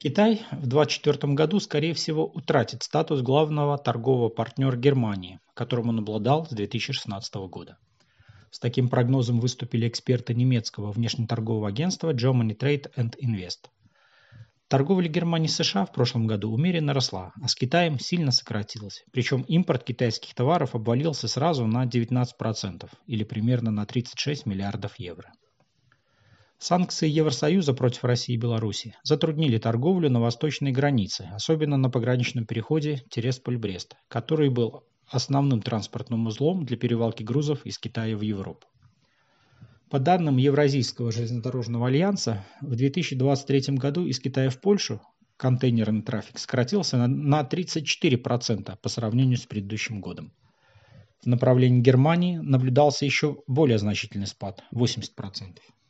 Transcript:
Китай в 2024 году, скорее всего, утратит статус главного торгового партнера Германии, которым он обладал с 2016 года. С таким прогнозом выступили эксперты немецкого внешнеторгового агентства Germany Trade and Invest. Торговля Германии с США в прошлом году умеренно росла, а с Китаем сильно сократилась. Причем импорт китайских товаров обвалился сразу на 19%, или примерно на 36 миллиардов евро. Санкции Евросоюза против России и Беларуси затруднили торговлю на восточной границе, особенно на пограничном переходе Тересполь-Брест, который был основным транспортным узлом для перевалки грузов из Китая в Европу. По данным Евразийского железнодорожного альянса, в 2023 году из Китая в Польшу контейнерный трафик сократился на 34% по сравнению с предыдущим годом. В направлении Германии наблюдался еще более значительный спад – 80%.